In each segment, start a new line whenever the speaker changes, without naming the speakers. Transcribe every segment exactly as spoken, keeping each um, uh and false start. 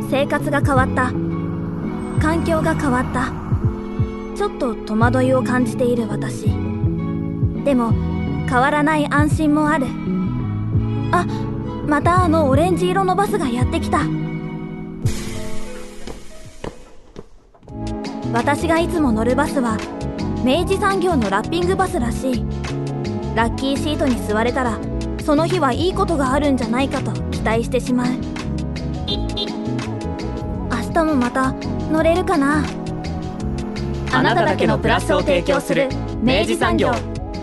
生活が変わった。環境が変わった。ちょっと戸惑いを感じている私。でも変わらない安心もある。あ、またあのオレンジ色のバスがやってきた。私がいつも乗るバスは明治産業のラッピングバスらしい。ラッキーシートに座れたらその日はいいことがあるんじゃないかと期待してしまう。明日もまた乗れるかな。
あなただけのプラスを提供する明治産業。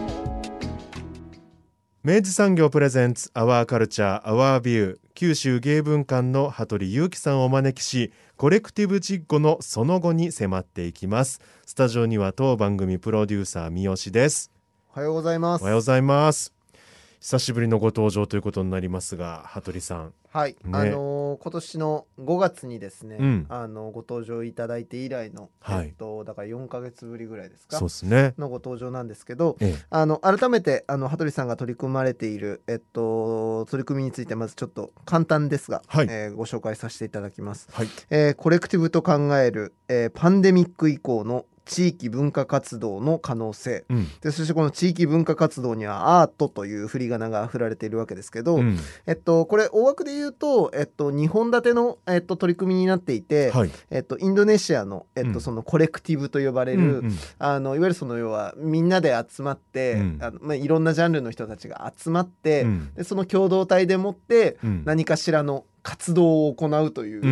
明治産業プレゼンツアワーカルチャーアワービュー、九州芸文館の羽鳥裕樹さんをお招きし、コレクティブジッゴのその後に迫っていきます。スタジオには当番組プロデューサー三好です。
おはようございます。
おはようございます。久しぶりのご登場ということになりますが、羽鳥さん、
はい、
ね、
あのー、今年のごがつにですね、
うん、
あのご登場いただいて以来の、
はい、
えっと、だからよんかげつぶりぐらいですか。
そうですね、
のご登場なんですけど、
ええ、
あの改めてあの羽鳥さんが取り組まれている、えっと、取り組みについてまずちょっと簡単ですが、はい、えー、ご紹介させていただきます。はい、えー、コレクティブと考える、えー、パンデミック以降の地域文化活動の可能性、うん、でそしてこの地域文化活動にはアートという振り仮名が振られているわけですけど、うん、えっと、これ大枠で言うと、えっと、にほん立ての、えっと、取り組みになっていて、はい、えっと、インドネシアの、えっと、そのコレクティブと呼ばれる、うんうん、あのいわゆるその要はみんなで集まって、うん、あのまあ、いろんなジャンルの人たちが集まって、うん、でその共同体でもって何かしらの活動を行うという、うんうん、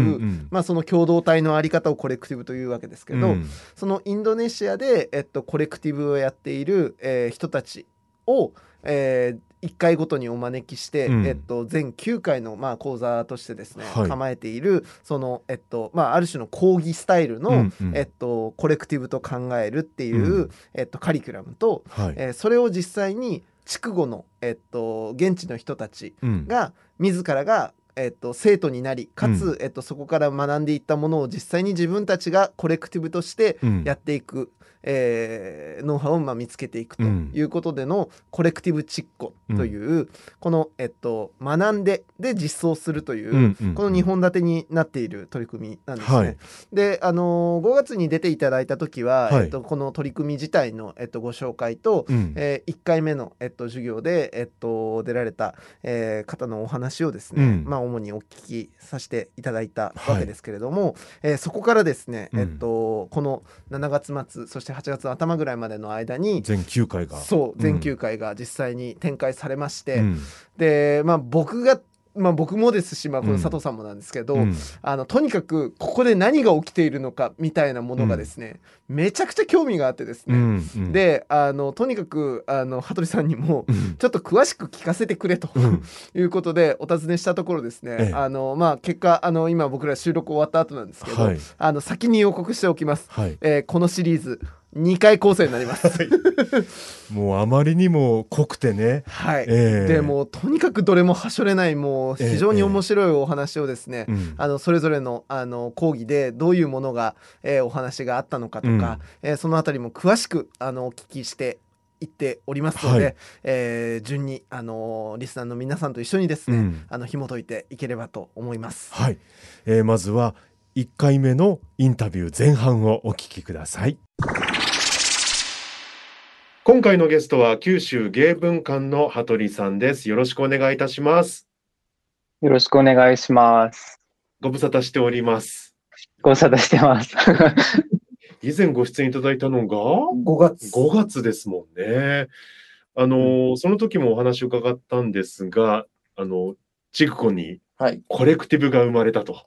まあ、その共同体のあり方をコレクティブというわけですけど、うん、そのインドネシアで、えっと、コレクティブをやっている、えー、人たちを、えー、いっかいごとにお招きして、うん、えっと、全きゅうかいの、まあ、講座としてですね、はい、構えているその、えっとまあ、ある種の講義スタイルの、うんうん、えっと、コレクティブと考えるっていう、うん、えっと、カリキュラムと、はい、えー、それを実際に筑後の、えっと、現地の人たちが、うん、自らがえっと、生徒になりかつ、うん、えっと、そこから学んでいったものを実際に自分たちがコレクティブとしてやっていく、うん、えー、ノウハウをまあ見つけていくということでの、うん、コレクティブチッコという、うん、この、えっと、学んでで実装するという、うんうん、このにほん立てになっている取り組みなんですね、はい、で、あのー、ごがつに出ていただいた時は、はい、えっと、この取り組み自体の、えっと、ご紹介と、うん、えー、いっかいめの、えっと、授業で、えっと、出られた、えー、方のお話をですね、うん、まあ主にお聞きさせていただいたわけですけれども、はい、えー、そこからですね、うん、えっと、このしちがつ末そしてはちがつの頭ぐらいまでの間に
全きゅうかいが
そう全きゅうかいが実際に展開されまして、うん、で、まあ、僕がまあ、僕もですし、まあ、この佐藤さんもなんですけど、うん、あのとにかくここで何が起きているのかみたいなものがですね、うん、めちゃくちゃ興味があってですね、うんうん、であのとにかくあの羽鳥さんにもちょっと詳しく聞かせてくれと、うん、いうことでお尋ねしたところですね、ええ、あのまあ、結果あの今僕ら収録終わった後なんですけど、はい、あの先に予告しておきます、はい、えー、このシリーズにかい構成になります、はい、
もうあまりにも濃くてね、
はい、えー、でもうとにかくどれもはしょれないもう非常に面白いお話をですね、えーえー、あのそれぞれ の, あの講義でどういうものが、えー、お話があったのかとか、うん、えー、そのあたりも詳しくあのお聞きして言っておりますので、はい、えー、順に、あのー、リスナーの皆さんと一緒にですね、うん、あの紐解いていければと思います、
はい、えー、まずはいっかいめのインタビュー前半をお聞きください。今回のゲストは九州芸文館の羽鳥さんです。よろしくお願いいたします。
よろしくお願いします。
ご無沙汰しております。
ご無沙汰してます
以前ご出演いただいたのが
ごがつ
ごがつですもんね。あの、うん、その時もお話を伺ったんですが、あの筑後にコレクティブが生まれたと、はい、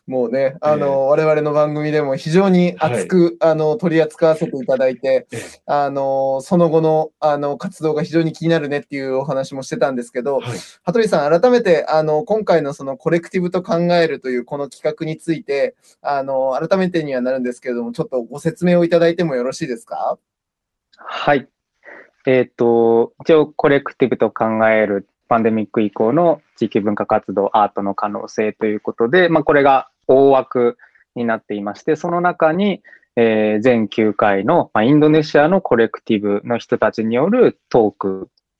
もうね、あの、えー、我々の番組でも非常に熱く、はい、あの取り扱わせていただいて、えー、あのその後のあの活動が非常に気になるねっていうお話もしてたんですけど、はい、羽鳥さん改めてあの今回のそのコレクティブと考えるというこの企画についてあの改めてにはなるんですけれどもちょっとご説明をいただいてもよろしいですか？
はい、えっと一応コレクティブと考えるパンデミック以降の地域文化活動アートの可能性ということで、まあ、これが大枠になっていまして、その中に、えー、全きゅうかいの、まあ、インドネシアのコレクティブの人たちによるトーク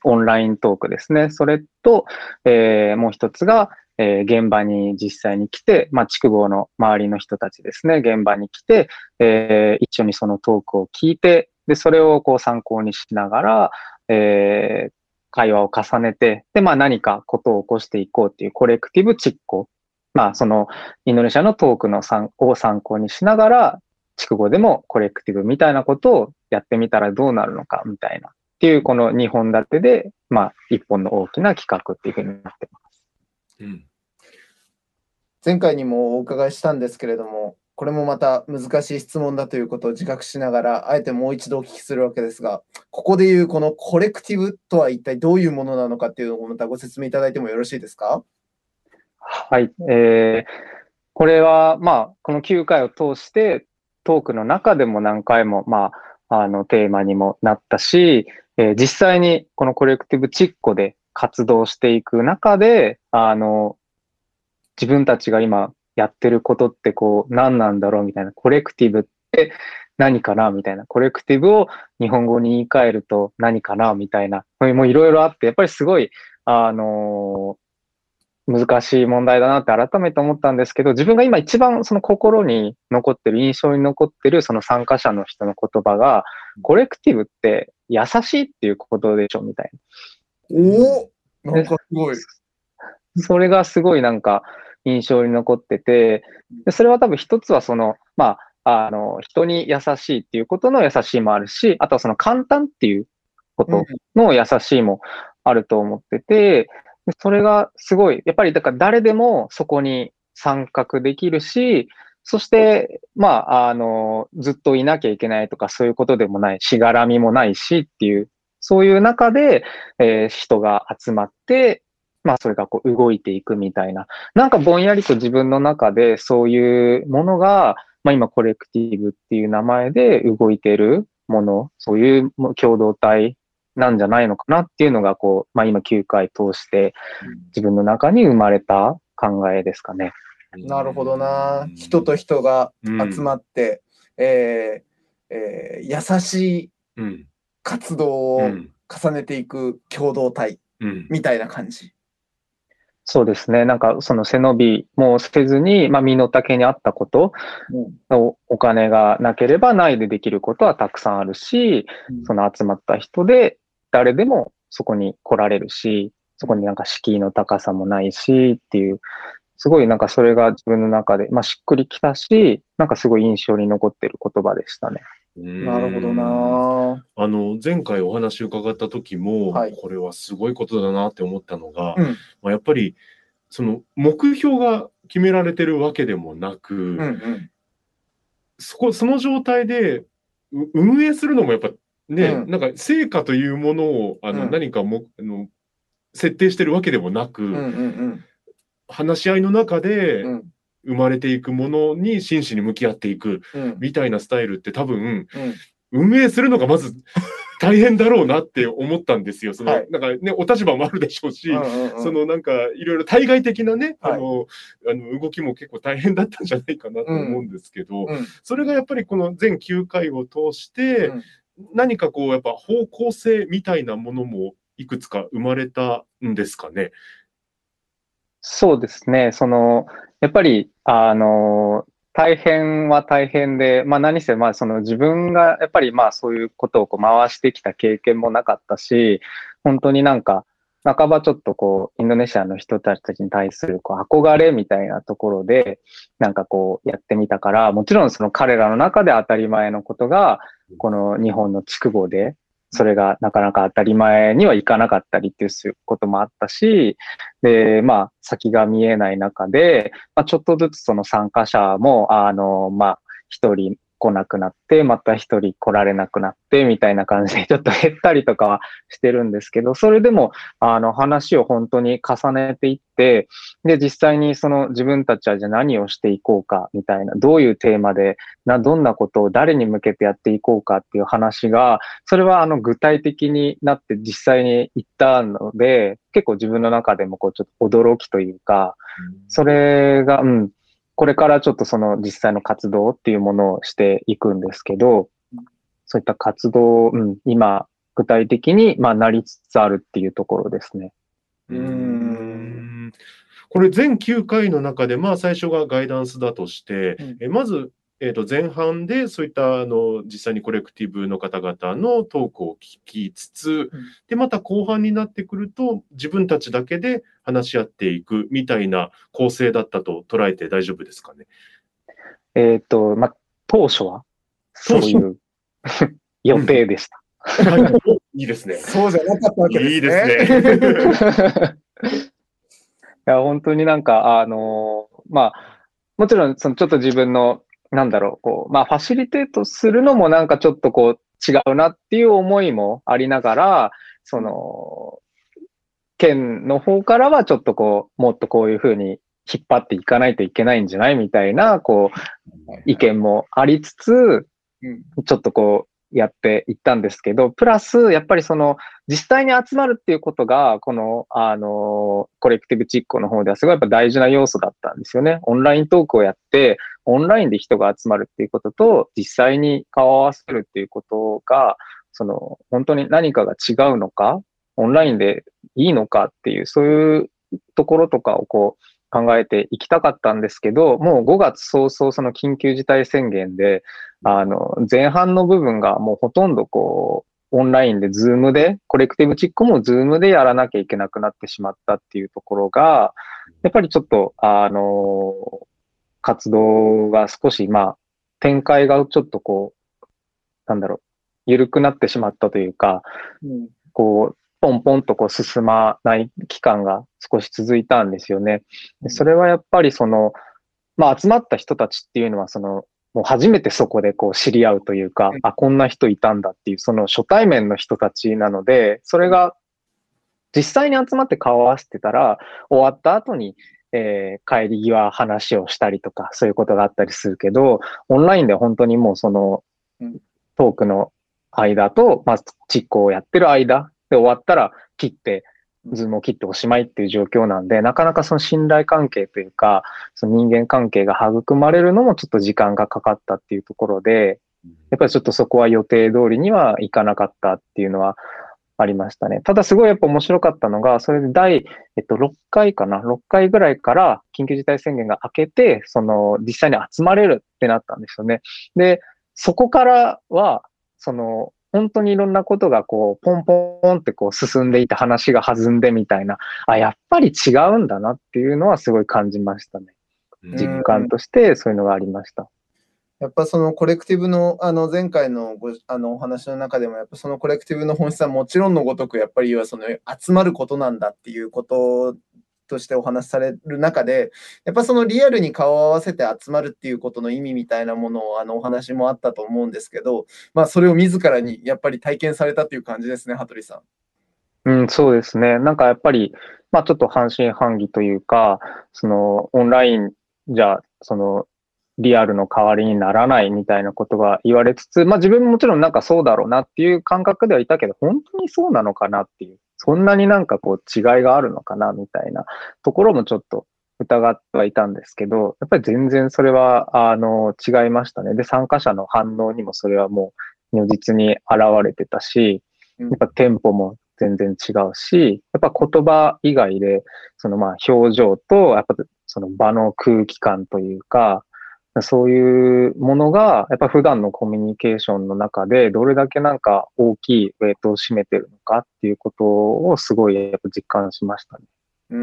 オンライントークですね。それと、えー、もう一つが、えー、現場に実際に来て、まあ、筑後の周りの人たちですね、現場に来て、えー、一緒にそのトークを聞いて、で、それをこう参考にしながら、えー、会話を重ねて、で、まあ何かことを起こしていこうっていうコレクティブチッコ。まあそのインドネシアのトークの参を参考にしながら、筑後でもコレクティブみたいなことをやってみたらどうなるのかみたいなっていうこのにほん立てで、まあ一本の大きな企画っていうふうになってます。
うん、前回にもお伺いしたんですけれども、これもまた難しい質問だということを自覚しながら、あえてもう一度お聞きするわけですが、ここでいうこのコレクティブとは一体どういうものなのかっていうのをまたご説明いただいてもよろしいですか？
はい。えー、これは、まあ、このきゅうかいを通して、トークの中でも何回も、まあ、あの、テーマにもなったし、えー、実際にこのコレクティブチッコで活動していく中で、あの、自分たちが今やってることってこう何なんだろうみたいな、コレクティブって何かなみたいな、コレクティブを日本語に言い換えると何かなみたいな、もういろいろあって、やっぱりすごい、あのー、難しい問題だなって改めて思ったんですけど、自分が今一番その心に残ってる、印象に残ってるその参加者の人の言葉が、コレクティブって優しいっていうことでしょみたい
な。おお、なんかすごい。
それがすごいなんか印象に残ってて、でそれは多分一つはその、まあ、あの、人に優しいっていうことの優しいもあるし、あとはその簡単っていうことの優しいもあると思ってて、それがすごい、やっぱりだから誰でもそこに参画できるし、そして、まあ、あの、ずっといなきゃいけないとかそういうことでもない、しがらみもないしっていう、そういう中で、えー、人が集まって、まあそれがこう動いていくみたいな。なんかぼんやりと自分の中でそういうものが、まあ今コレクティブっていう名前で動いているもの、そういう共同体なんじゃないのかなっていうのがこう、まあ今きゅうかい通して自分の中に生まれた考えですかね。
なるほどな。人と人が集まって、うん、えーえー、優しい活動を重ねていく共同体みたいな感じ。
そうですね。なんか、その背伸びもせずに、まあ、身の丈に合ったこと、うん、お金がなければないでできることはたくさんあるし、うん、その集まった人で誰でもそこに来られるし、そこになんか敷居の高さもないしっていう、すごいなんかそれが自分の中で、まあ、しっくりきたし、なんかすごい印象に残ってる言葉でしたね。
なるほどな。
あの前回お話を伺った時も、はい、これはすごいことだなって思ったのが、うん、まあ、やっぱりその目標が決められてるわけでもなく、うんうん、そこその状態で運営するのもやっぱね、うん、なんか成果というものをあの、うん、何かもあの設定してるわけでもなく、うんうんうん、話し合いの中で、うん、生まれていくものに真摯に向き合っていくみたいなスタイルって多分、うん、運営するのがまず大変だろうなって思ったんですよ。その、はい、なんかね、お立場もあるでしょうし、うんうんうん、そのなんかいろいろ対外的なね、はい、あの、あの動きも結構大変だったんじゃないかなと思うんですけど、うんうん、それがやっぱりこの全きゅうかいを通して、うん、何かこうやっぱ方向性みたいなものもいくつか生まれたんですかね。
そうですね。その、やっぱり、あの、大変は大変で、まあ何せ、まあその自分がやっぱりまあそういうことをこう回してきた経験もなかったし、本当になんか、半ばちょっとこう、インドネシアの人たちに対するこう憧れみたいなところで、なんかこうやってみたから、もちろんその彼らの中で当たり前のことが、この日本の筑後で、それがなかなか当たり前にはいかなかったりっていうこともあったし、で、まあ、先が見えない中で、まあ、ちょっとずつその参加者も、あの、まあ、一人来なくなって、また一人来られなくなって、みたいな感じでちょっと減ったりとかはしてるんですけど、それでも、あの、話を本当に重ねていって、で、実際にその自分たちはじゃあ何をしていこうか、みたいな、どういうテーマで、な、どんなことを誰に向けてやっていこうかっていう話が、それはあの具体的になって実際に言ったので、結構自分の中でもこうちょっと驚きというか、それが、うん、これからちょっとその実際の活動っていうものをしていくんですけど、そういった活動を、うん、今具体的に、まあ、なりつつあるっていうところですね。
うーんこれ全きゅうかいの中で、まあ、最初がガイダンスだとして、うん、えまず、えー、と前半でそういったあの実際にコレクティブの方々のトークを聞きつつ、うん、でまた後半になってくると自分たちだけで話し合っていくみたいな構成だったと捉えて大丈夫ですかね。
えっと、まあ、当初はそういう予定でした。
うんはい、いいですね。
そうじゃなかったわけですね。
いいですね。
いや、本当になんか、あのー、まあ、もちろん、そのちょっと自分の、なんだろう、こう、まあ、ファシリテートするのもなんかちょっとこう、違うなっていう思いもありながら、その、県の方からはちょっとこう、もっとこういうふうに引っ張っていかないといけないんじゃないみたいな、こう、意見もありつつ、ちょっとこう、やっていったんですけど、プラス、やっぱりその、実際に集まるっていうことが、この、あの、コレクティブチッコの方ではすごいやっぱ大事な要素だったんですよね。オンライントークをやって、オンラインで人が集まるっていうことと、実際に顔を合わせるっていうことが、その、本当に何かが違うのか、オンラインでいいのかっていう、そういうところとかをこう、考えていきたかったんですけど、もうごがつ早々その緊急事態宣言で、あの、前半の部分がもうほとんどこう、オンラインでズームで、コレクティブチックもズームでやらなきゃいけなくなってしまったっていうところが、やっぱりちょっと、あの、活動が少し、まあ、展開がちょっとこう、なんだろう、緩くなってしまったというか、うん、こう、ポンポンとこう進まない期間が少し続いたんですよね。でそれはやっぱりその、まあ集まった人たちっていうのはその、もう初めてそこでこう知り合うというか、あ、こんな人いたんだっていう、その初対面の人たちなので、それが実際に集まって顔を合わせてたら、終わった後に、えー、帰り際話をしたりとか、そういうことがあったりするけど、オンラインで本当にもうその、トークの間と、まあ、実行をやってる間で終わったら切って、ズームを切っておしまいっていう状況なんで、なかなかその信頼関係というか、その人間関係が育まれるのもちょっと時間がかかったっていうところで、やっぱりちょっとそこは予定通りにはいかなかったっていうのはありましたね。ただすごいやっぱ面白かったのが、それで第、えっと、ろっかいかな、ろっかいぐらいから緊急事態宣言が明けて、その実際に集まれるってなったんですよね。で、そこからは、その、本当にいろんなことがこう、ポンポンってこう進んでいて話が弾んでみたいな、あ、やっぱり違うんだなっていうのはすごい感じましたね。実感としてそういうのがありました。
やっぱそのコレクティブの、あの前回のごあのお話の中でも、やっぱそのコレクティブの本質はもちろんのごとく、やっぱりはその集まることなんだっていうこととしてお話しされる中で、やっぱそのリアルに顔を合わせて集まるっていうことの意味みたいなものをあのお話もあったと思うんですけど、まあそれを自らにやっぱり体験されたっていう感じですね、羽鳥さ
ん。うん、そうですね。なんかやっぱり、まあちょっと半信半疑というか、そのオンラインじゃ、そのリアルの代わりにならないみたいなことが言われつつ、まあ自分ももちろんなんかそうだろうなっていう感覚ではいたけど、本当にそうなのかなっていう。そんなになんかこう違いがあるのかなみたいなところもちょっと疑ってはいたんですけど、やっぱり全然それは、あの、違いましたね。で、参加者の反応にもそれはもう如実に現れてたし、やっぱテンポも全然違うし、やっぱ言葉以外で、そのまあ表情と、やっぱその場の空気感というか、そういうものが、やっぱ普段のコミュニケーションの中で、どれだけなんか大きいウェイトを占めてるのかっていうことをすごいやっぱ実感しましたね。
うん。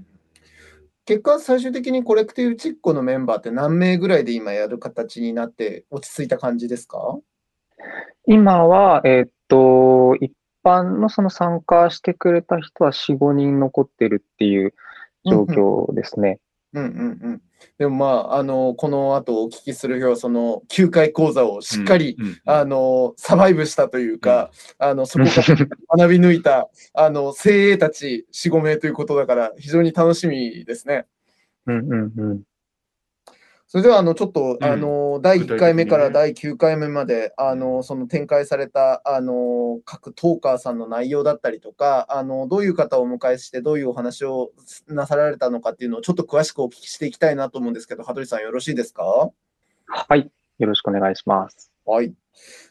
結果、最終的にコレクティブチッコのメンバーって何名ぐらいで今やる形になって落ち着いた感じですか？
今は、えー、っと、一般のその参加してくれた人はよん、ごにん残ってるっていう状況ですね。
うんうんうん。でもまあ、あの、この後お聞きするよう、その、きゅうかい講座をしっかり、うんうんうん、あの、サバイブしたというか、うん、あの、そこから学び抜いた、あの、精鋭たちよん、ごめいということだから、非常に楽しみですね。
うんうんうん。
それでは、あの、ちょっと、うん、あの、だいいっかいめからだいきゅうかいめまで、ね、あの、その展開された、あの、各トーカーさんの内容だったりとか、あの、どういう方をお迎えして、どういうお話をなさられたのかっていうのを、ちょっと詳しくお聞きしていきたいなと思うんですけど、羽鳥さんよろしいですか？
はい。よろしくお願いします。
はい。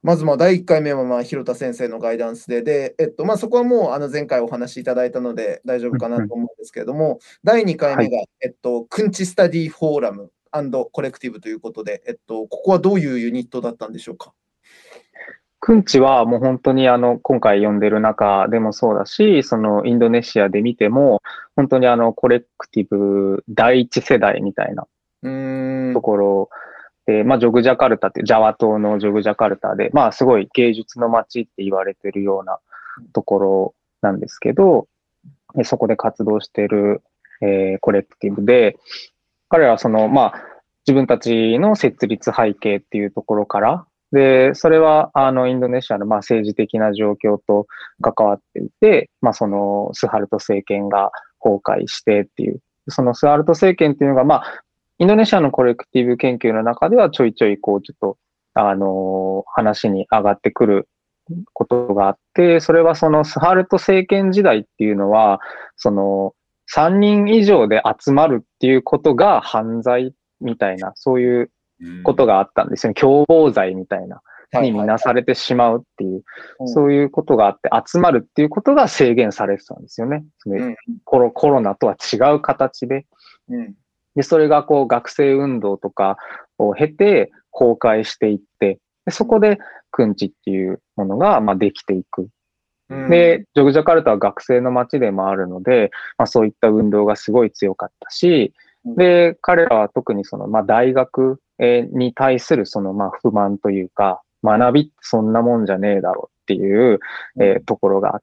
まずまあだいいっかいめはまあ広田先生のガイダンスで、で、えっと、まあそこはもうあの前回お話しいただいたので大丈夫かなと思うんですけれども、だいにかいめが、はい、えっと、くんちスタディフォーラム&コレクティブということで、えっと、ここはどういうユニットだったんでしょうか。
くんちはもう本当にあの今回読んでる中でもそうだし、そのインドネシアで見ても本当にあのコレクティブ第一世代みたいなところで、まあジョグジャカルタってジャワ島のジョグジャカルタで、まあすごい芸術の街って言われてるようなところなんですけど、そこで活動している、えー、コレクティブで、彼らはそのまあ自分たちの設立背景っていうところからで、それは、あの、インドネシアの、まあ、政治的な状況と関わっていて、まあ、その、スハルト政権が崩壊してっていう、そのスハルト政権っていうのが、まあ、インドネシアのコレクティブ研究の中ではちょいちょい、こう、ちょっと、あの、話に上がってくることがあって、それはそのスハルト政権時代っていうのは、その、さんにん以上で集まるっていうことが犯罪みたいな、そういうことがあったんですよね。共謀罪みたいな、に見なされてしまうっていう、はいはいはい、そういうことがあって、集まるっていうことが制限されてたんですよね。うん、コロ、コロナとは違う形で。うん、で、それがこう学生運動とかを経て崩壊していって、でそこでくんちっていうものがまあできていく。うん、で、ジョグジャカルタは学生の街でもあるので、まあそういった運動がすごい強かったし、で、彼らは特にその、まあ大学に対するその、まあ不満というか、学びってそんなもんじゃねえだろうっていう、えー、ところがあって、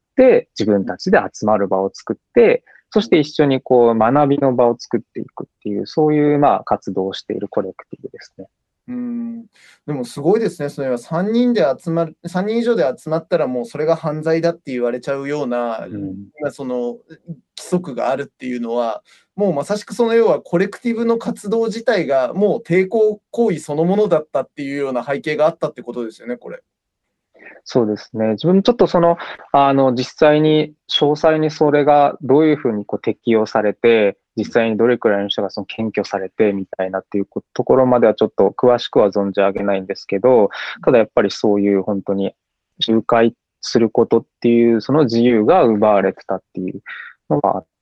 自分たちで集まる場を作って、そして一緒にこう学びの場を作っていくっていう、そういうまあ活動をしているコレクティブですね。
うんでもすごいですね。それはさんにんで集まる、さんにん以上で集まったらもうそれが犯罪だって言われちゃうような、うん、その規則があるっていうのは、もうまさしくその要はコレクティブの活動自体がもう抵抗行為そのものだったっていうような背景があったってことですよね、これ。
そうですね。自分ちょっとその、あの、実際に、詳細にそれがどういうふうにこう適用されて、実際にどれくらいの人がその検挙されてみたいなっていうところまではちょっと詳しくは存じ上げないんですけど、ただやっぱりそういう本当に仲介することっていうその自由が奪われてたっていうのがあって、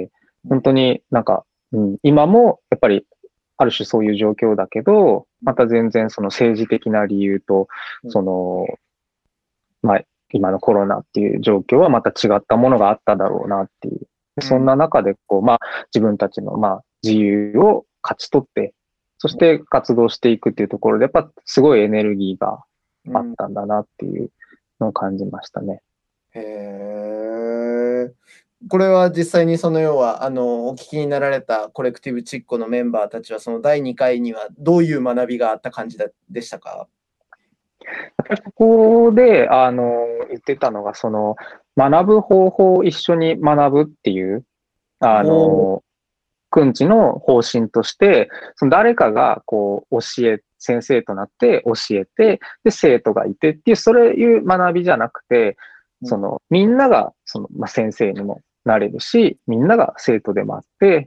本当になんか、うん、今もやっぱりある種そういう状況だけど、また全然その政治的な理由と、その、まあ、今のコロナっていう状況はまた違ったものがあっただろうなっていう。そんな中で、こう、まあ、自分たちの、まあ、自由を勝ち取って、そして活動していくっていうところで、やっぱすごいエネルギーがあったんだなっていうのを感じましたね。
うん、へー。これは実際にその要は、あの、お聞きになられたコレクティブチッコのメンバーたちは、そのだいにかいにはどういう学びがあった感じでしたか？
ここで、あの、言ってたのが、その、学ぶ方法を一緒に学ぶっていう、あの、くんちの方針として、その誰かが、こう、教え、先生となって教えて、で、生徒がいてっていう、そういう学びじゃなくて、その、みんなが、その、まあ、先生にもなれるし、みんなが生徒でもあって、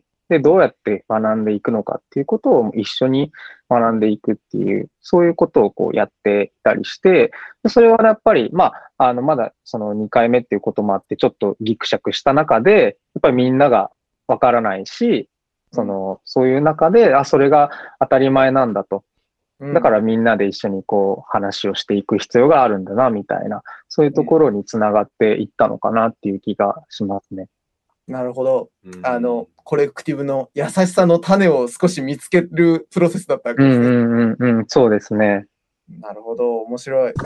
で、どうやって学んでいくのかっていうことを一緒に学んでいくっていう、そういうことをこうやっていたりして、それはやっぱり、まあ、あの、まだそのにかいめっていうこともあって、ちょっとギクシャクした中で、やっぱりみんながわからないし、その、そういう中で、あ、それが当たり前なんだと。だからみんなで一緒にこう話をしていく必要があるんだな、みたいな、そういうところにつながっていったのかなっていう気がしますね。
なるほど。あの、コレクティブの優しさの種を少し見つけるプロセスだったわけですね。
うんうんうんうん、そうですね。
なるほど、面白い。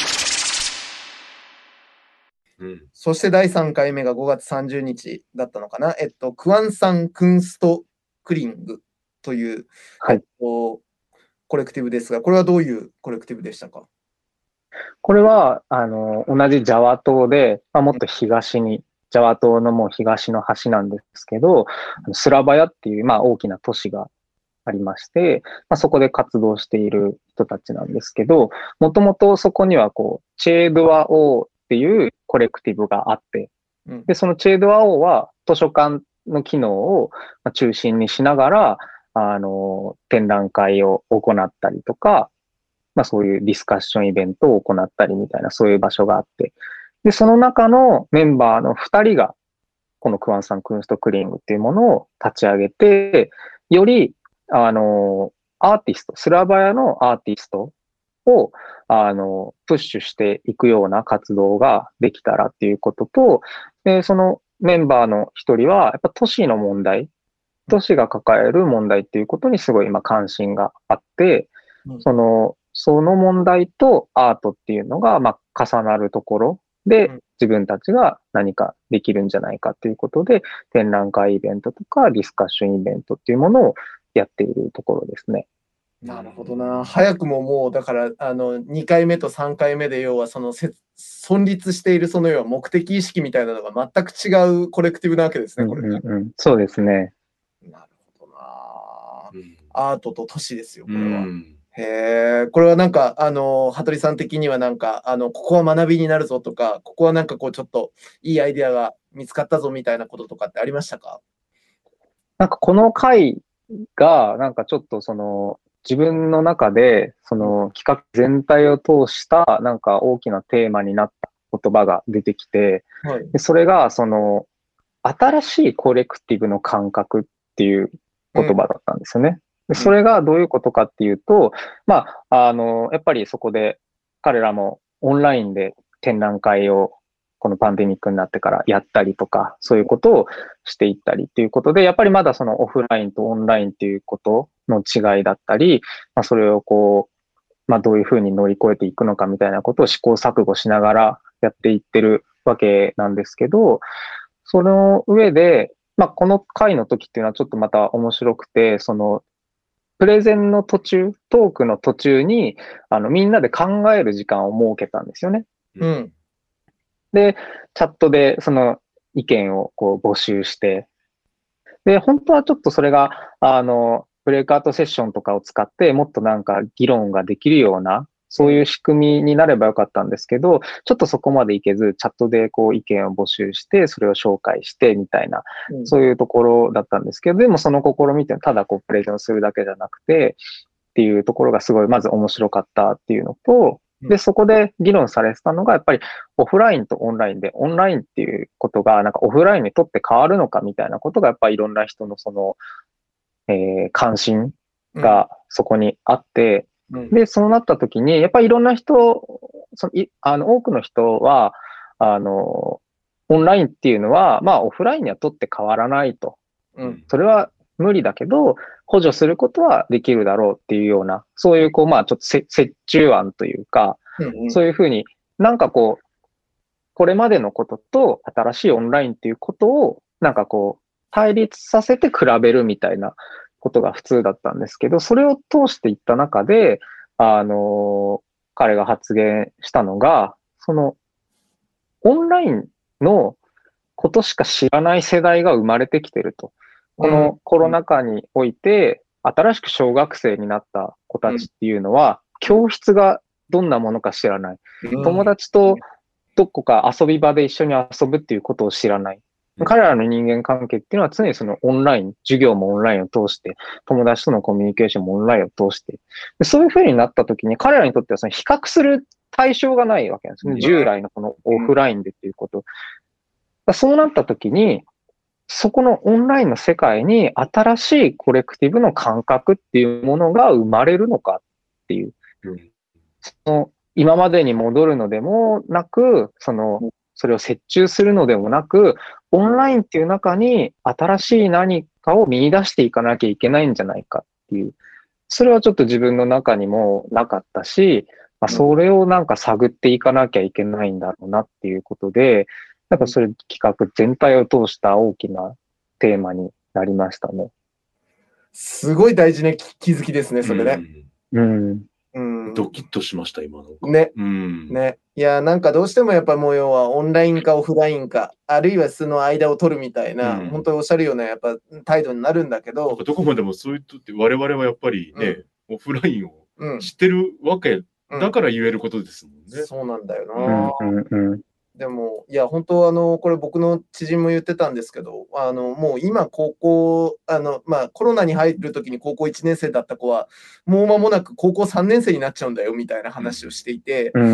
うん、そしてだいさんかいめがごがつさんじゅうにちだったのかな。えっと、クワンサン・クンスト・クリングという、はい、えっと、コレクティブですが、これはどういうコレクティブでしたか？
これは、あの、同じジャワ島で、まあ、もっと東に、ジャワ島のもう東の端なんですけど、スラバヤっていう、まあ、大きな都市がありまして、まあ、そこで活動している人たちなんですけど、もともとそこには、こう、チェードワオーっていうコレクティブがあって、で、そのチェードワオーは図書館の機能を中心にしながら、あの、展覧会を行ったりとか、 まあそういうディスカッションイベントを行ったりみたいな、そういう場所があって、で、その中のメンバーのふたりが、このクワンサンクンストクリーングっていうものを立ち上げて、より、あの、アーティスト、スラバヤのアーティストを、あの、プッシュしていくような活動ができたらっていうことと、で、そのメンバーの一人は、やっぱ都市の問題、都市が抱える問題っていうことにすごい今関心があって、その、その問題とアートっていうのが、まあ、重なるところで、自分たちが何かできるんじゃないかということで、展覧会イベントとかディスカッションイベントっていうものをやっているところですね。
なるほどな。早くももう、だから、あの、にかいめとさんかいめで、要はそのせ、存立しているその要は目的意識みたいなのが全く違うコレクティブなわけですね、これ。
うんうんうん、そうですね。
なるほどな。うん、アートと都市ですよ、これは。
うん
へえ、これはなんか、あの、羽鳥さん的にはなんか、あの、ここは学びになるぞとか、ここはなんかこう、ちょっといいアイデアが見つかったぞみたいなこととかってありましたか？
なんかこの回が、なんかちょっとその、自分の中で、その企画全体を通した、なんか大きなテーマになった言葉が出てきて、はい、でそれが、その、新しいコレクティブの感覚っていう言葉だったんですよね。うん、でそれがどういうことかっていうと、まあ、あの、やっぱりそこで彼らもオンラインで展覧会をこのパンデミックになってからやったりとか、そういうことをしていったりっていうことで、やっぱりまだそのオフラインとオンラインっていうことの違いだったり、まあ、それをこう、まあ、どういうふうに乗り越えていくのかみたいなことを試行錯誤しながらやっていってるわけなんですけど、その上で、まあ、この回の時っていうのはちょっとまた面白くて、その、プレゼンの途中、トークの途中に、あの、みんなで考える時間を設けたんですよね。
うん。
で、チャットでその意見をこう募集して、で、本当はちょっとそれが、あの、ブレイクアウトセッションとかを使って、もっとなんか議論ができるような、そういう仕組みになればよかったんですけど、ちょっとそこまでいけず、チャットでこう意見を募集して、それを紹介してみたいな、そういうところだったんですけど、でもその試みってただこうプレゼンするだけじゃなくて、っていうところがすごいまず面白かったっていうのと、で、そこで議論されてたのが、やっぱりオフラインとオンラインで、オンラインっていうことが、なんかオフラインにとって変わるのかみたいなことが、やっぱりいろんな人のその、えー、関心がそこにあって、うん、で、そうなった時に、やっぱりいろんな人、そのいあの多くの人は、あの、オンラインっていうのは、まあオフラインにはとって変わらないと。うん、それは無理だけど、補助することはできるだろうっていうような、そういうこう、まあちょっと折衷案というか、うんうん、そういうふうになんかこう、これまでのことと新しいオンラインっていうことをなんかこう、対立させて比べるみたいなことが普通だったんですけど、それを通していった中で、あの、彼が発言したのが、その、オンラインのことしか知らない世代が生まれてきてると。このコロナ禍において、新しく小学生になった子たちっていうのは、教室がどんなものか知らない。友達とどこか遊び場で一緒に遊ぶっていうことを知らない。彼らの人間関係っていうのは常にそのオンライン、授業もオンラインを通して、友達とのコミュニケーションもオンラインを通して、そういう風になった時に彼らにとってはその比較する対象がないわけなんですね。従来のこのオフラインでっていうこと。そうなった時に、そこのオンラインの世界に新しいコレクティブの感覚っていうものが生まれるのかっていう。うん、その今までに戻るのでもなく、その、それを折衷するのでもなく、オンラインっていう中に新しい何かを見出していかなきゃいけないんじゃないかっていう。それはちょっと自分の中にもなかったし、まあ、それをなんか探っていかなきゃいけないんだろうなっていうことで、なんかそれ企画全体を通した大きなテーマになりましたね。
すごい大事な気づきですね、それね。
うん。
うん、ドキッとしました、今の。
ね。うん、ね。いや、なんかどうしてもやっぱもう要はオンラインかオフラインか、あるいはその間を取るみたいな、うん、本当におっしゃるようなやっぱ態度になるんだけど。
どこまでもそういうとって我々はやっぱりね、うん、オフラインを知ってるわけだから言えることですもんね。
うん、そうなんだよな。
うんうんうん
でも、いや、本当、あの、これ僕の知人も言ってたんですけど、あの、もう今高校、あの、まあ、コロナに入るときに高校いちねん生だった子は、もう間もなく高校さんねん生になっちゃうんだよ、みたいな話をしていて、
うん、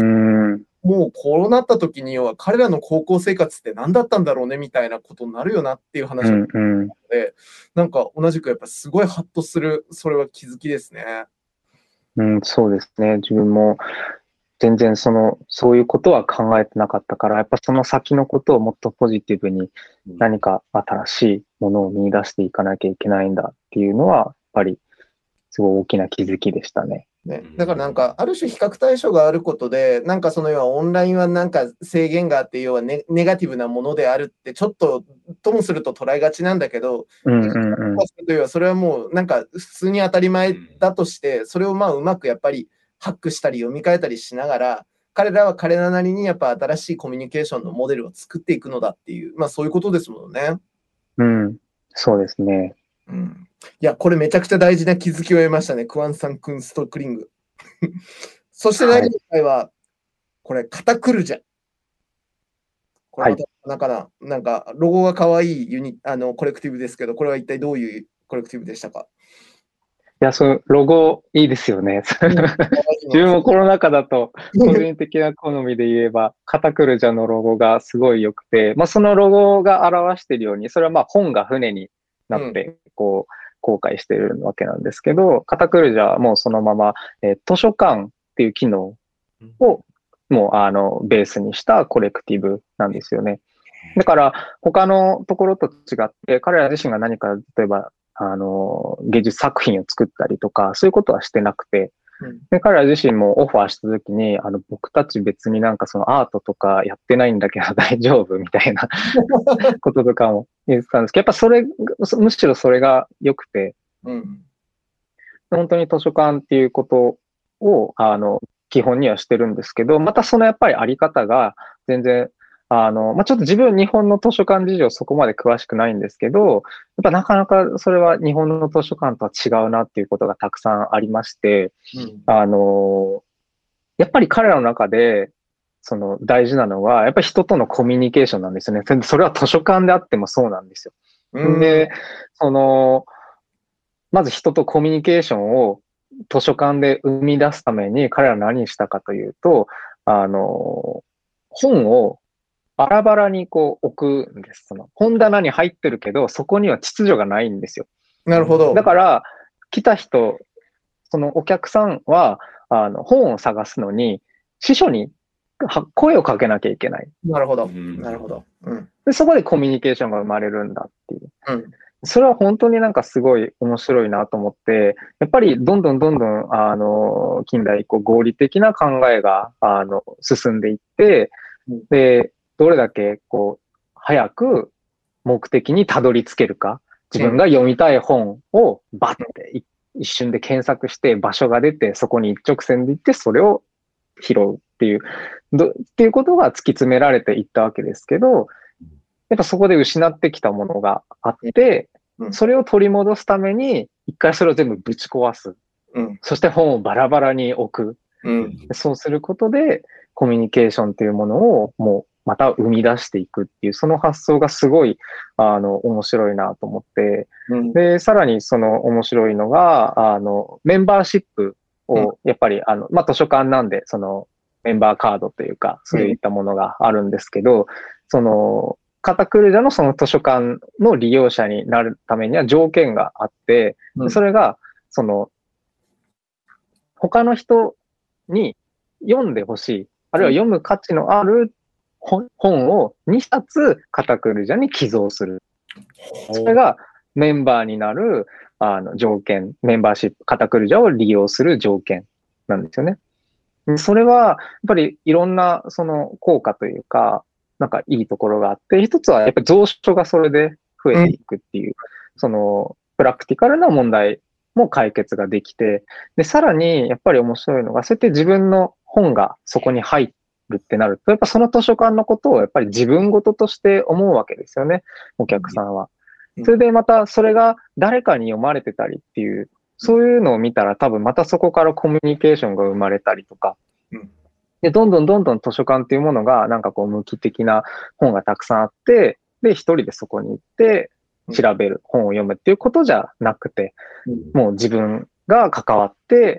もうこうなったときには、彼らの高校生活って何だったんだろうね、みたいなことになるよなっていう話を聞いたので、なんか同じくやっぱすごいハッとする、それは気づきですね。
うん、そうですね。自分も全然その、そういうことは考えてなかったから、やっぱその先のことをもっとポジティブに何か新しいものを見出していかなきゃいけないんだっていうのは、やっぱりすごい大きな気づきでしたね。
ね、だからなんか、ある種比較対象があることで、なんかその要はオンラインはなんか制限があって、要は ネ, ネガティブなものであるって、ちょっとともすると捉えがちなんだけど、
うんうんうん、
というはそれはもうなんか普通に当たり前だとして、それをまあうまくやっぱりハックしたり読み替えたりしながら、彼らは彼らなりにやっぱ新しいコミュニケーションのモデルを作っていくのだっていう、まあそういうことですもんね。
うん、そうですね。
うん、いや、これめちゃくちゃ大事な気づきを得ましたね。クワンサン・クンストクリング。そしてだいにかいは、はい、これ、カタクルジャ。これまた、なかな、なんか、ロゴが可愛いユニあのコレクティブですけど、これは一体どういうコレクティブでしたか？
いや、そのロゴいいですよね。自分もコロナ禍だと、個人的な好みで言えば、カタクルジャのロゴがすごい良くて、まあそのロゴが表しているように、それはまあ本が船になって、こう、航海しているわけなんですけど、カタクルジャはもうそのまま、えー、図書館っていう機能を、もうあの、ベースにしたコレクティブなんですよね。だから、他のところと違って、彼ら自身が何か、例えば、あの、芸術作品を作ったりとか、そういうことはしてなくて、うん、で彼ら自身もオファーしたときに、あの、僕たち別になんかそのアートとかやってないんだけど大丈夫みたいなこととかも言ってたんですけど、やっぱそれ、むしろそれが良くて、うん、本当に図書館っていうことを、あの、基本にはしてるんですけど、またそのやっぱりあり方が全然、あの、まあ、ちょっと自分日本の図書館事情そこまで詳しくないんですけど、やっぱなかなかそれは日本の図書館とは違うなっていうことがたくさんありまして、うん、あの、やっぱり彼らの中で、その大事なのは、やっぱり人とのコミュニケーションなんですよね。それは図書館であってもそうなんですよ。うん、で、その、まず人とコミュニケーションを図書館で生み出すために彼らは何したかというと、あの、本をバラバラにこう置くんです。その本棚に入ってるけど、そこには秩序がないんですよ。
なるほど。
だから、来た人、そのお客さんは、あの、本を探すのに、司書に声をかけなきゃいけない。
なるほど。なるほど。
うん。で、そこでコミュニケーションが生まれるんだっていう。
うん。
それは本当になんかすごい面白いなと思って、やっぱりどんどんどんどん、あの、近代以降合理的な考えが、あの、進んでいって、で、どれだけこう、早く目的にたどり着けるか、自分が読みたい本をバッて一瞬で検索して場所が出て、そこに一直線で行ってそれを拾うっていう、どっていうことが突き詰められていったわけですけど、やっぱそこで失ってきたものがあって、それを取り戻すために、一回それを全部ぶち壊す。うん、そして本をバラバラに置く。うん、そうすることで、コミュニケーションというものをもうまた生み出していくっていう、その発想がすごい、あの、面白いなと思って、うん、で、さらにその面白いのが、あの、メンバーシップを、やっぱり、あの、まあ、図書館なんで、その、メンバーカードというか、そういったものがあるんですけど、うん、その、カタクルジャのその図書館の利用者になるためには条件があって、うん、それが、その、他の人に読んでほしい、あるいは読む価値のある本をにさつカタクルジャに寄贈する。それがメンバーになるあの条件、メンバーシップ、カタクルジャを利用する条件なんですよね。それは、やっぱりいろんなその効果というか、なんかいいところがあって、一つはやっぱり蔵書がそれで増えていくっていう、うん、そのプラクティカルな問題も解決ができて、で、さらにやっぱり面白いのが、そうやって自分の本がそこに入るってなると、やっぱその図書館のことをやっぱり自分事として思うわけですよね、お客さんは。それでまたそれが誰かに読まれてたりっていう、そういうのを見たら多分またそこからコミュニケーションが生まれたりとか、 で、どんどんどんどん図書館っていうものが、なんかこう、無機的な本がたくさんあって、で、一人でそこに行って、調べる、本を読むっていうことじゃなくて、もう自分が関わって、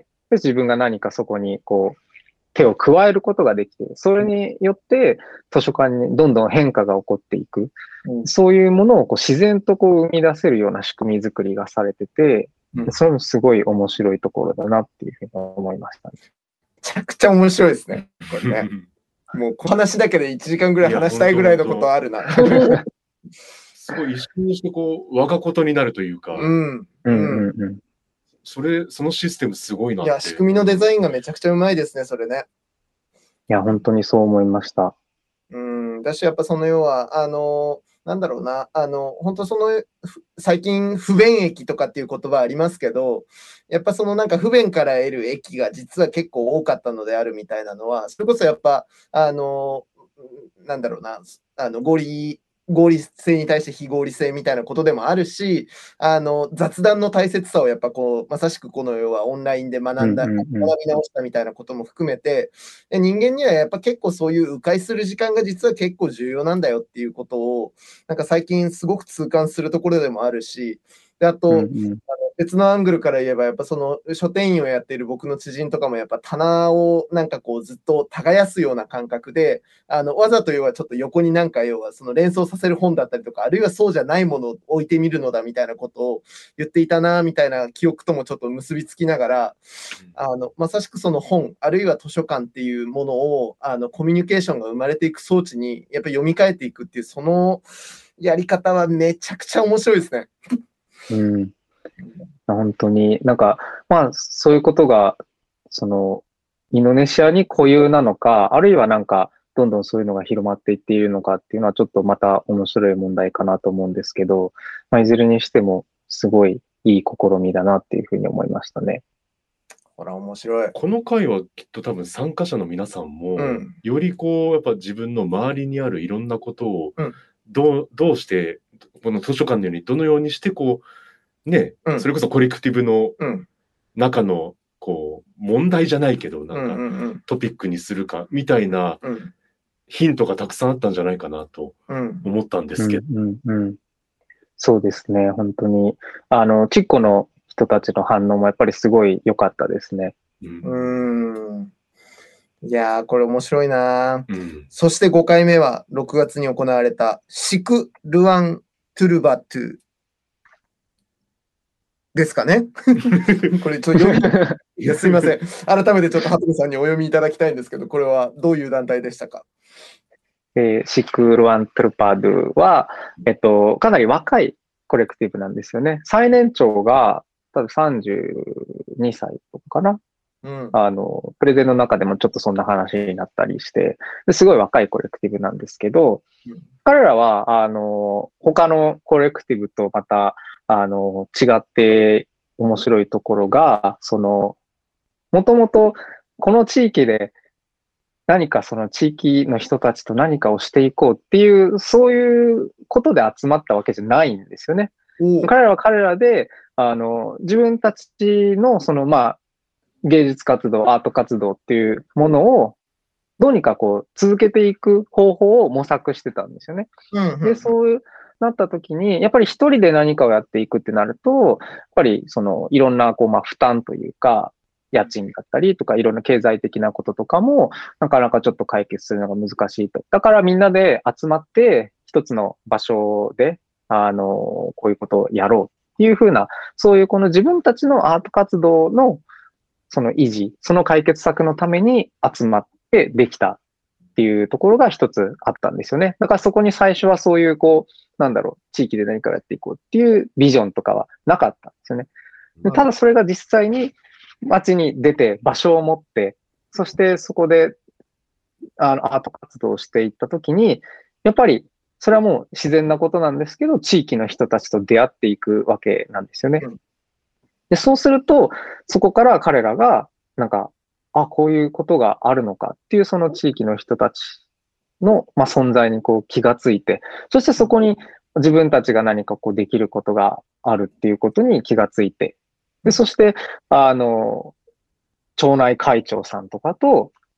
で自分が何かそこにこう、手を加えることができて、それによって図書館にどんどん変化が起こっていく。うん、そういうものをこう自然とこう生み出せるような仕組み作りがされてて、うん、それもすごい面白いところだなっていうふうに思いましたね。
めちゃくちゃ面白いですね、これね。もうこの話だけでいちじかんぐらい話したいぐらいのことあるな。
すごい一瞬にしてこう我がことになるというか。うん。うんうんうん。それ、そのシステムすごいなって。
いや、仕組みのデザインがめちゃくちゃうまいですね、それね。
いや、本当にそう思いました。
うん、だし、やっぱその要は、あの、なんだろうな、あの、本当その、最近不便益とかっていう言葉ありますけど、やっぱそのなんか不便から得る益が実は結構多かったのであるみたいなのは、それこそやっぱ、あの、なんだろうな、あの、合理、合理性に対して非合理性みたいなことでもあるし、あの雑談の大切さをやっぱこうまさしくこの世はオンラインで学んだ、うんうんうん、学び直したみたいなことも含めて、で人間にはやっぱ結構そういう迂回する時間が実は結構重要なんだよっていうことをなんか最近すごく痛感するところでもあるし、であと、うんうん、あの別のアングルから言えばやっぱその書店員をやっている僕の知人とかもやっぱ棚をなんかこうずっと耕すような感覚で、あのわざと要はちょっと横になんか要はその連想させる本だったりとか、あるいはそうじゃないものを置いてみるのだみたいなことを言っていたなみたいな記憶ともちょっと結びつきながら、あのまさしくその本あるいは図書館っていうものをあのコミュニケーションが生まれていく装置にやっぱり読み替えていくっていうそのやり方はめちゃくちゃ面白いですね。
うん、本当になんかまあそういうことがそのインドネシアに固有なのか、あるいはなんかどんどんそういうのが広まっていっているのかっていうのはちょっとまた面白い問題かなと思うんですけど、まあ、いずれにしてもすごいいい試みだなっていうふうに思いましたね。
ほら面白い。
この回はきっと多分参加者の皆さんも、うん、よりこうやっぱ自分の周りにあるいろんなことをどう、どうしてこの図書館のようにどのようにしてこうね、うん、それこそコレクティブの中のこう問題じゃないけどなんかトピックにするかみたいなヒントがたくさんあったんじゃないかなと思ったんですけど。
うんうんうんうん、そうですね、本当にあのチッコの人たちの反応もやっぱりすごい良かったですね。
うん、うんいやーこれ面白いな、うん、そしてごかいめはろくがつに行われたシク・ルアン・トゥルバトゥですかね。これちょっと読みいやすいません。改めてちょっと羽鳥さんにお読みいただきたいんですけど、これはどういう団体でしたか？
えー、シク・ルアン・トゥルパドゥは、えっと、かなり若いコレクティブなんですよね。最年長が多分さんじゅうにさいとかかな。うん、あの、プレゼンの中でもちょっとそんな話になったりして、ですごい若いコレクティブなんですけど、うん、彼らは、あの、他のコレクティブとまた、あの、違って面白いところが、その、もともとこの地域で何かその地域の人たちと何かをしていこうっていう、そういうことで集まったわけじゃないんですよね。うん、彼らは彼らで、あの、自分たちのその、まあ、芸術活動、アート活動っていうものをどうにかこう続けていく方法を模索してたんですよね。うんうん、で、そうなった時に、やっぱり一人で何かをやっていくってなると、やっぱりそのいろんなこうまあ負担というか、家賃だったりとかいろんな経済的なこととかもなかなかちょっと解決するのが難しいと。だからみんなで集まって一つの場所で、あの、こういうことをやろうっていうふうな、そういうこの自分たちのアート活動のその維持、その解決策のために集まってできたっていうところが一つあったんですよね。だからそこに最初はそういうこう、なんだろう、地域で何かやっていこうっていうビジョンとかはなかったんですよね。でただそれが実際に街に出て場所を持って、そしてそこであのアート活動をしていったときに、やっぱりそれはもう自然なことなんですけど、地域の人たちと出会っていくわけなんですよね。で、そうすると、そこから彼らが、なんか、あ、こういうことがあるのかっていう、その地域の人たちの、まあ、存在にこう気がついて、そしてそこに自分たちが何かこうできることがあるっていうことに気がついて、で、そして、あの、町内会長さんとかと、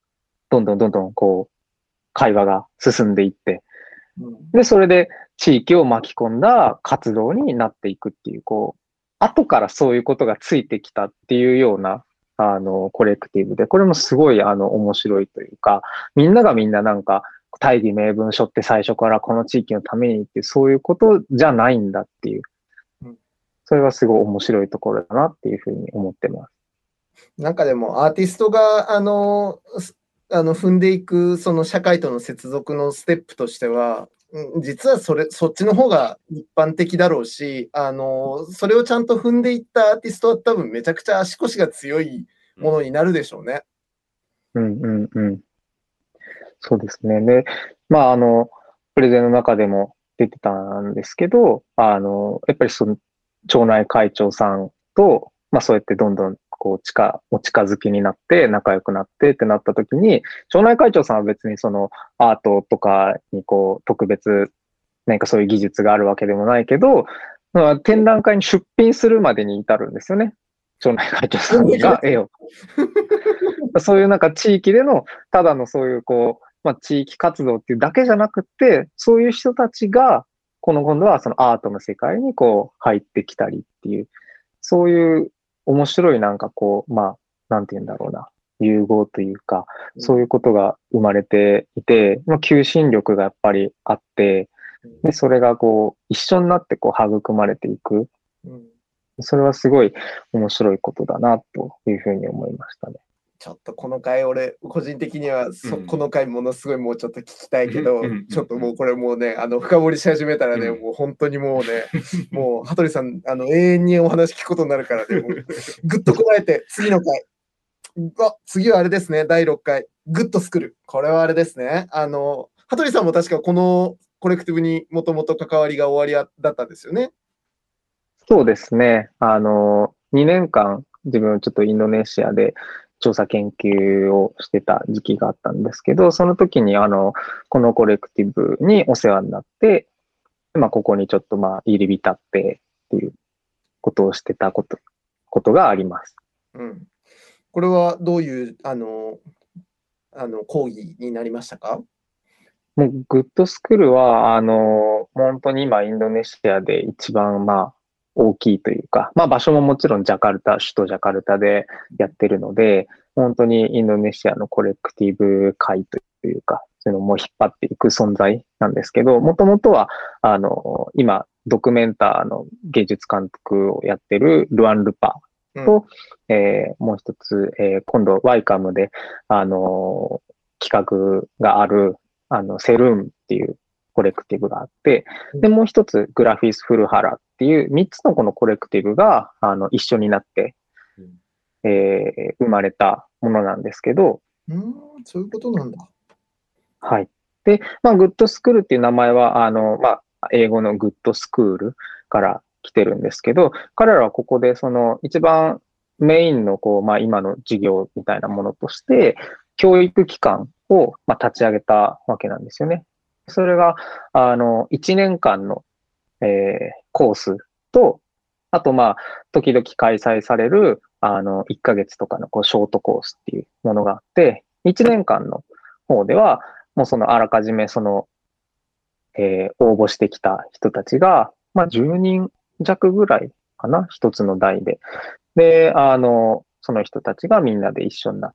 どんどんどんどんこう、会話が進んでいって、で、それで地域を巻き込んだ活動になっていくっていう、こう、後からそういうことがついてきたっていうような、あの、コレクティブで、これもすごい、あの、面白いというか、みんながみんななんか、大義名分書って最初からこの地域のためにってそういうことじゃないんだっていう、それがすごい面白いところだなっていうふうに思ってます。
なんかでもアーティストが、あの、あの踏んでいくその社会との接続のステップとしては、実はそれそっちの方が一般的だろうし、あのそれをちゃんと踏んでいったアーティストは多分めちゃくちゃ足腰が強いものになるでしょうね。
うんうんうん。そうですね。で、まああのプレゼンの中でも出てたんですけど、あのやっぱりその町内会長さんと、まあそうやってどんどんこう近、お近づきになって仲良くなってってなった時に、町内会長さんは別にそのアートとかにこう特別何かそういう技術があるわけでもないけど、まあ、展覧会に出品するまでに至るんですよね。町内会長さんが絵を。そういうなんか地域でのただのそういうこう、まあ地域活動っていうだけじゃなくて、そういう人たちがこの今度はそのアートの世界にこう入ってきたりっていう、そういう面白いなんかこう、まあ、なんて言うんだろうな、融合というか、そういうことが生まれていて、まあ、求心力がやっぱりあって、で、それがこう、一緒になってこう、育まれていく。それはすごい面白いことだな、というふうに思いましたね。
ちょっとこの回、俺、個人的にはそ、うん、この回ものすごいもうちょっと聞きたいけど、うん、ちょっともうこれもうね、あの、深掘りし始めたらね、うん、もう本当にもうね、もう、羽鳥さん、あの、永遠にお話聞くことになるからね、もうぐっとこらえて、次の回。あ、次はあれですね、だいろっかい、グッとスクール。これはあれですね、あの、羽鳥さんも確かこのコレクティブにもともと関わりが終わりだったんですよね。
そうですね。あの、にねんかん、自分ちょっとインドネシアで、調査研究をしてた時期があったんですけど、その時にあの、このコレクティブにお世話になって、まあ、ここにちょっとまあ、入り浸ってっていうことをしてたこと、ことがあります。
うん。これはどういう、あの、あの、講義になりましたか？
もう、グッドスクールは、あの、本当に今、インドネシアで一番まあ、大きいというか、まあ場所ももちろんジャカルタ、首都ジャカルタでやってるので、本当にインドネシアのコレクティブ界というか、そういうのも引っ張っていく存在なんですけど、もともとは、あの、今、ドキュメンターの芸術監督をやってるルアン・ルパと、うん、えー、もう一つ、えー、今度ワイカムで、あの、企画がある、あの、セルーンっていうコレクティブがあって、で、もう一つ、グラフィス・フルハラっていうみっつのこのコレクティブが、あの、一緒になって、うん、えー、生まれたものなんですけど。
うん、そういうことなんだ。
はい。で、まあ、グッドスクールっていう名前は、あの、まあ、英語のグッドスクールから来てるんですけど、彼らはここで、その、一番メインの、こう、まあ、今の授業みたいなものとして、教育機関を、まあ、立ち上げたわけなんですよね。それが、あの、いちねんかんの、えー、コースと、あと、まあ、時々開催される、あの、いっかげつとかの、こう、ショートコースっていうものがあって、いちねんかんの方では、もうその、あらかじめ、その、えー、応募してきた人たちが、まあ、じゅうにんじゃくぐらいかな、一つの代で。で、あの、その人たちがみんなで一緒になって、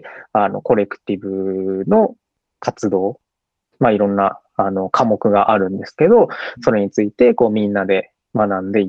あの、コレクティブの活動、まあ、いろんな、あの、科目があるんですけど、それについて、こう、みんなで学んでいって、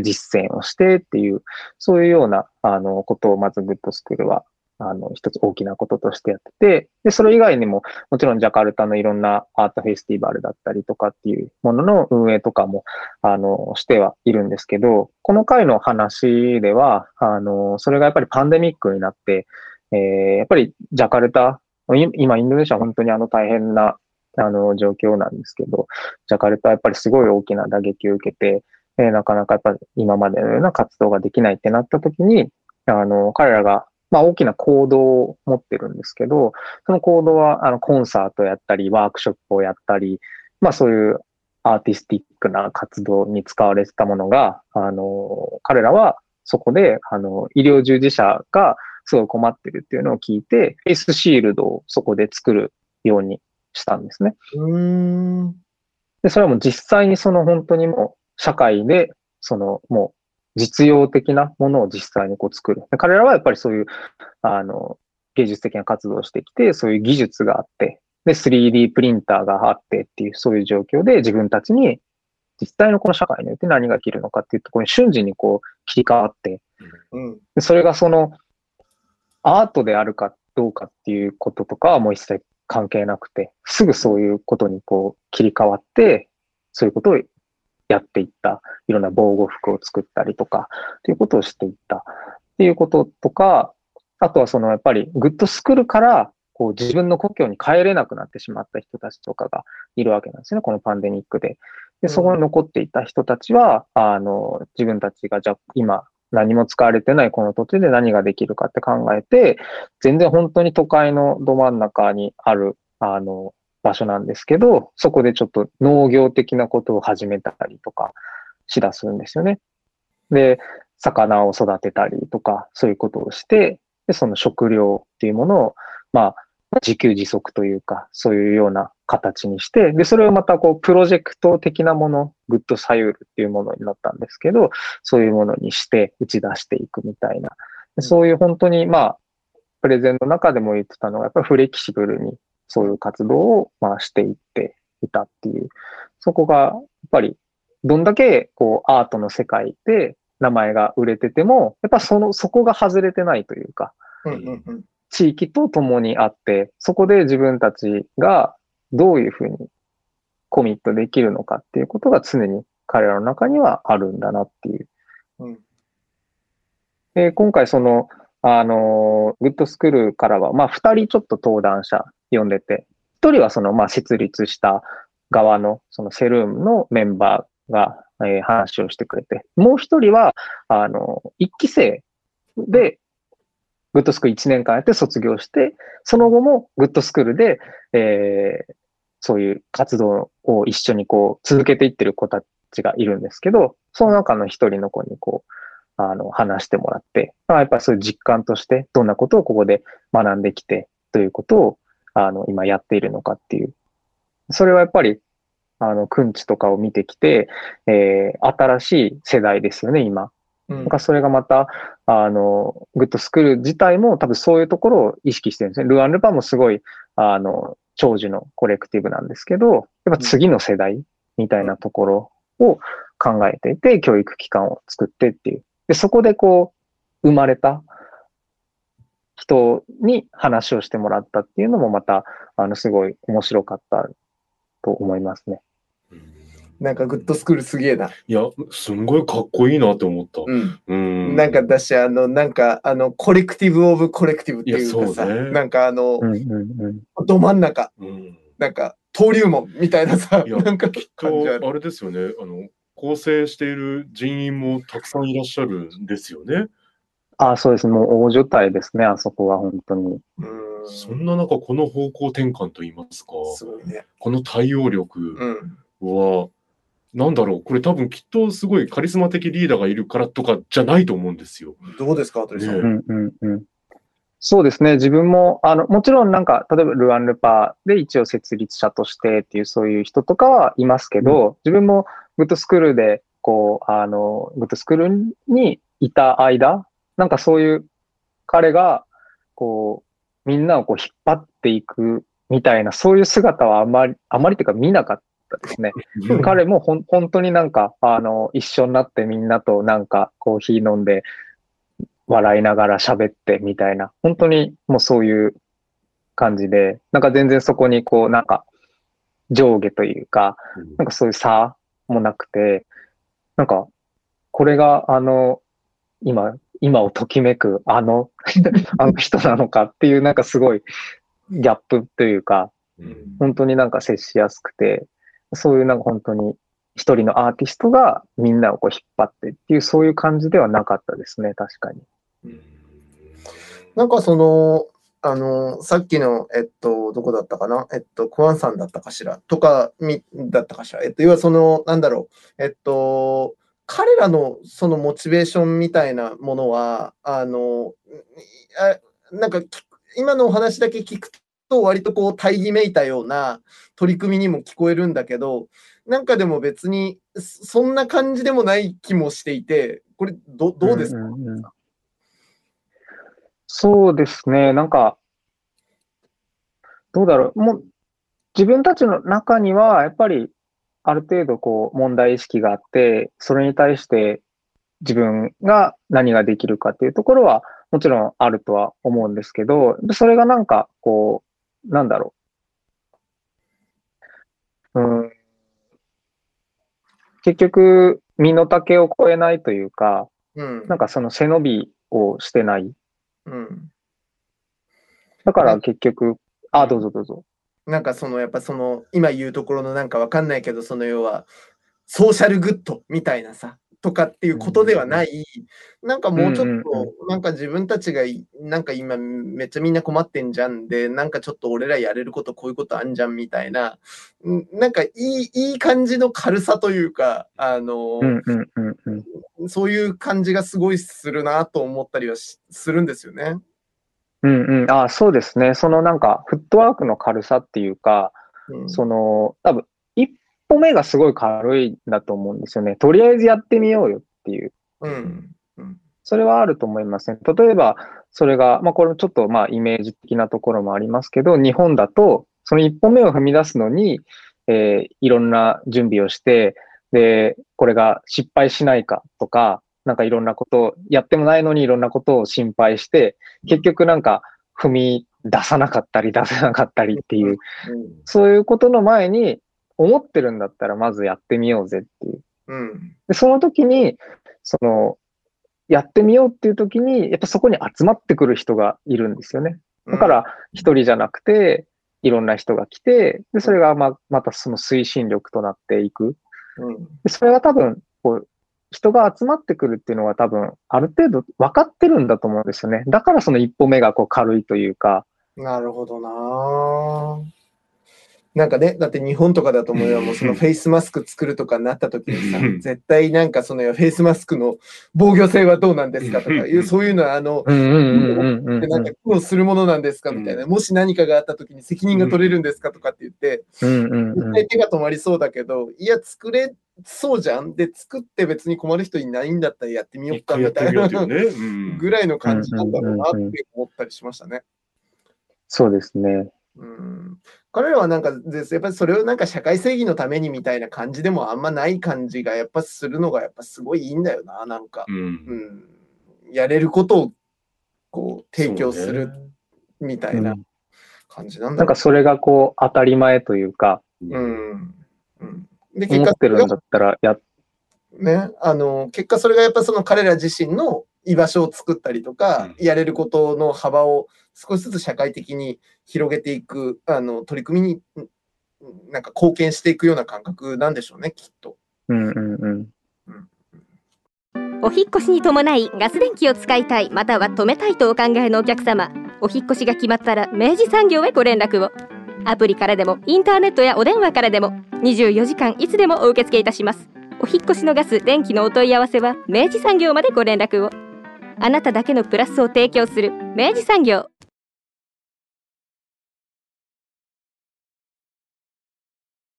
実践をしてっていう、そういうような、あの、ことを、まずグッドスクールは、あの、一つ大きなこととしてやってて、で、それ以外にも、もちろんジャカルタのいろんなアートフェスティバルだったりとかっていうものの運営とかも、あの、してはいるんですけど、この回の話では、あの、それがやっぱりパンデミックになって、えー、やっぱりジャカルタ、今インドネシアは本当にあの大変なあの、状況なんですけど、ジャカルタはやっぱりすごい大きな打撃を受けて、えー、なかなかやっぱり今までのような活動ができないってなった時に、あの、彼らが、まあ大きな行動を持ってるんですけど、その行動は、あの、コンサートやったり、ワークショップをやったり、まあそういうアーティスティックな活動に使われてたものが、あの、彼らはそこで、あの、医療従事者がすごい困ってるっていうのを聞いて、フェイスシールドをそこで作るようにしたんですね。
うーん。
で、それはもう実際にその本当にもう社会で、そのもう実用的なものを実際にこう作る。で彼らはやっぱりそういう、あの、芸術的な活動をしてきて、そういう技術があって、で、スリーディー プリンターがあってっていう、そういう状況で自分たちに実際のこの社会において何が起きるのかっていうところに瞬時にこう切り替わって、
うん、
でそれがそのアートであるかどうかっていうこととかはもう一切関係なくて、すぐそういうことにこう切り替わって、そういうことをやっていった。いろんな防護服を作ったりとか、っていうことをしていったっていうこととか、あとはそのやっぱりグッドスクールからこう自分の故郷に帰れなくなってしまった人たちとかがいるわけなんですね、このパンデミックで。で、そこに残っていた人たちは、あの、自分たちがじゃあ今何も使われてないこの土地で何ができるかって考えて、全然本当に都会のど真ん中にある、あの、場所なんですけど、そこでちょっと農業的なことを始めたりとかしだすんですよね。で、魚を育てたりとか、そういうことをして、で、その食料っていうものを、まあ、自給自足というか、そういうような形にして、で、それをまたこう、プロジェクト的なもの、グッドサユールっていうものになったんですけど、そういうものにして打ち出していくみたいな。でそういう本当に、まあ、プレゼンの中でも言ってたのが、やっぱりフレキシブルにそういう活動を、まあ、していっていたっていう。そこが、やっぱり、どんだけ、こう、アートの世界で名前が売れてても、やっぱその、そこが外れてないというか、
うんうんうん、
地域と共にあって、そこで自分たちがどういうふうにコミットできるのかっていうことが常に彼らの中にはあるんだなっていう。
うん、
で今回その、あの、グッドスクールからは、まあ、二人ちょっと登壇者呼んでて、一人はその、まあ、設立した側の、そのセルームのメンバーが、えー、話をしてくれて、もう一人は、あの、一期生で、グッドスクールいちねんかんやって卒業して、その後もグッドスクールで、えー、そういう活動を一緒にこう続けていってる子たちがいるんですけど、その中の一人の子にこう、あの、話してもらって、まあ、やっぱりそういう実感として、どんなことをここで学んできて、ということを、あの、今やっているのかっていう。それはやっぱり、あの、くんちとかを見てきて、えー、新しい世代ですよね、今。なんかそれがまた、あの、グッドスクール自体も多分そういうところを意識してるんですね。ルアンルパンもすごい、あの、長寿のコレクティブなんですけど、やっぱ次の世代みたいなところを考えていて、教育機関を作ってっていう。で、そこでこう、生まれた人に話をしてもらったっていうのもまた、あの、すごい面白かったと思いますね。
なんかグッドスクールすげえな。
いや、すんごいかっこいいなって思った。
うん。
うん。
なんか私、あの、なんか、あの、コレクティブオブコレクティブっていうかさ、ね、なんかあの、
うんうんうん、
ど真ん中、
うん、
なんか、登竜門みたいなさ、なんか
きっとあれですよね、あの、構成している人員もたくさんいらっしゃるんですよね。
ああ、そうです。もう大所帯ですね、あそこは本当に。
うん、そんな中、この方向転換といいますか、
すごいね、
この対応力は、うん、なんだろう、これ多分きっとすごいカリスマ的リーダーがいるからとかじゃないと思うんですよ。
どうですか、羽鳥さん。
うんうんうん、そうですね。自分も、あの、もちろんなんか、例えばルアンルパーで一応設立者としてっていうそういう人とかはいますけど、うん、自分もグッドスクールで、こう、あの、グッドスクールにいた間、なんかそういう彼が、こう、みんなをこう引っ張っていくみたいな、そういう姿はあまり、あまりというか見なかったですね。彼もほん本当になんか、あの、一緒になってみんなとなんかコーヒー飲んで、笑いながら喋ってみたいな、本当にもうそういう感じで、なんか全然そこにこう、なんか上下というか、なんかそういう差もなくて、なんか、これがあの、今、今をときめくあの、あの人なのかっていう、なんかすごいギャップというか、本当になんか接しやすくて、そういうなんか本当に一人のアーティストがみんなをこう引っ張ってっていう、そういう感じではなかったですね、確かに。
なんかその、あの、さっきの、えっと、どこだったかな、えっと、クワンさんだったかしらとか、み、だったかしら。えっと、要はその、なんだろう、えっと、 彼らのそのモチベーションみたいなものは、あの、あなんか今のお話だけ聞くと割とこう大義めいたような取り組みにも聞こえるんだけど、なんかでも別にそんな感じでもない気もしていて、これどどうですか？うんうんうん、
そうですね。なんか、どうだろう。もう自分たちの中にはやっぱりある程度こう問題意識があって、それに対して自分が何ができるかっていうところはもちろんあるとは思うんですけど、それがなんかこう、なんだろう。うん、結局、身の丈を超えないというか、うん、なんかその背伸びをしてない。うん、だから結局、あ、どうぞどうぞ。
なんかそのやっぱその今言うところのなんかわかんないけど、その要はソーシャルグッドみたいなさとかっていうことではない、うん、なんかもうちょっとなんか自分たちがなんか今めっちゃみんな困ってんじゃんで、なんかちょっと俺らやれることこういうことあんじゃんみたいな、なんかいいいい感じの軽さというか、あの、うんうんうんうん、そういう感じがすごいするなと思ったりはするんですよね。
うんうん。あ、そうですね。そのなんか、フットワークの軽さっていうか、うん、その、多分、一歩目がすごい軽いんだと思うんですよね。とりあえずやってみようよっていう。うんうん、それはあると思いますね。例えば、それが、まあこれちょっとまあイメージ的なところもありますけど、日本だと、その一歩目を踏み出すのに、えー、いろんな準備をして、で、これが失敗しないかとか、なんかいろんなことを、やってもないのにいろんなことを心配して、結局なんか踏み出さなかったり出せなかったりっていう、そういうことの前に思ってるんだったらまずやってみようぜっていう。でその時に、その、やってみようっていう時に、やっぱそこに集まってくる人がいるんですよね。だから一人じゃなくて、いろんな人が来て、でそれがま、またその推進力となっていく。でそれは多分、こう、人が集まってくるっていうのは多分、ある程度分かってるんだと思うんですよね。だからその一歩目がこう軽いというか。
なるほどな。なんかね、だって日本とかだと思うよ、もうそのフェイスマスク作るとかになった時にさ、絶対なんかそのフェイスマスクの防御性はどうなんですかとかいう、そういうのはあの、なんか苦労するものなんですかみたいな、もし何かがあった時に責任が取れるんですかとかって言って、絶対手が止まりそうだけど、いや、作れそうじゃん。で、作って別に困る人いないんだったらやってみようかみたいなぐらいの感じなんだろうなって思ったりしましたね。
そうですね。
うん、彼らはなんかですやっぱりそれをなんか社会正義のためにみたいな感じでもあんまない感じがやっぱするのがやっぱすごいいいんだよな、なんか、うんうん、やれることをこう提供するみたいな感じなんだろう、
ね、なんかそれがこう当たり前というか、うんうん、で結果思ってるんだったらや
ね、あの結果それがやっぱその彼ら自身の居場所を作ったりとか、うん、やれることの幅を少しずつ社会的に広げていくあの取り組みになんか貢献していくような感覚なんでしょうね、きっと。うんうんうん
うん、お引越しに伴いガス電気を使いたいまたは止めたいとお考えのお客様、お引越しが決まったら明治産業へご連絡を。アプリからでもインターネットやお電話からでもにじゅうよじかんいつでもお受け付けいたします。お引越しのガス電気のお問い合わせは明治産業までご連絡を。あなただけのプラスを提供する明治産業。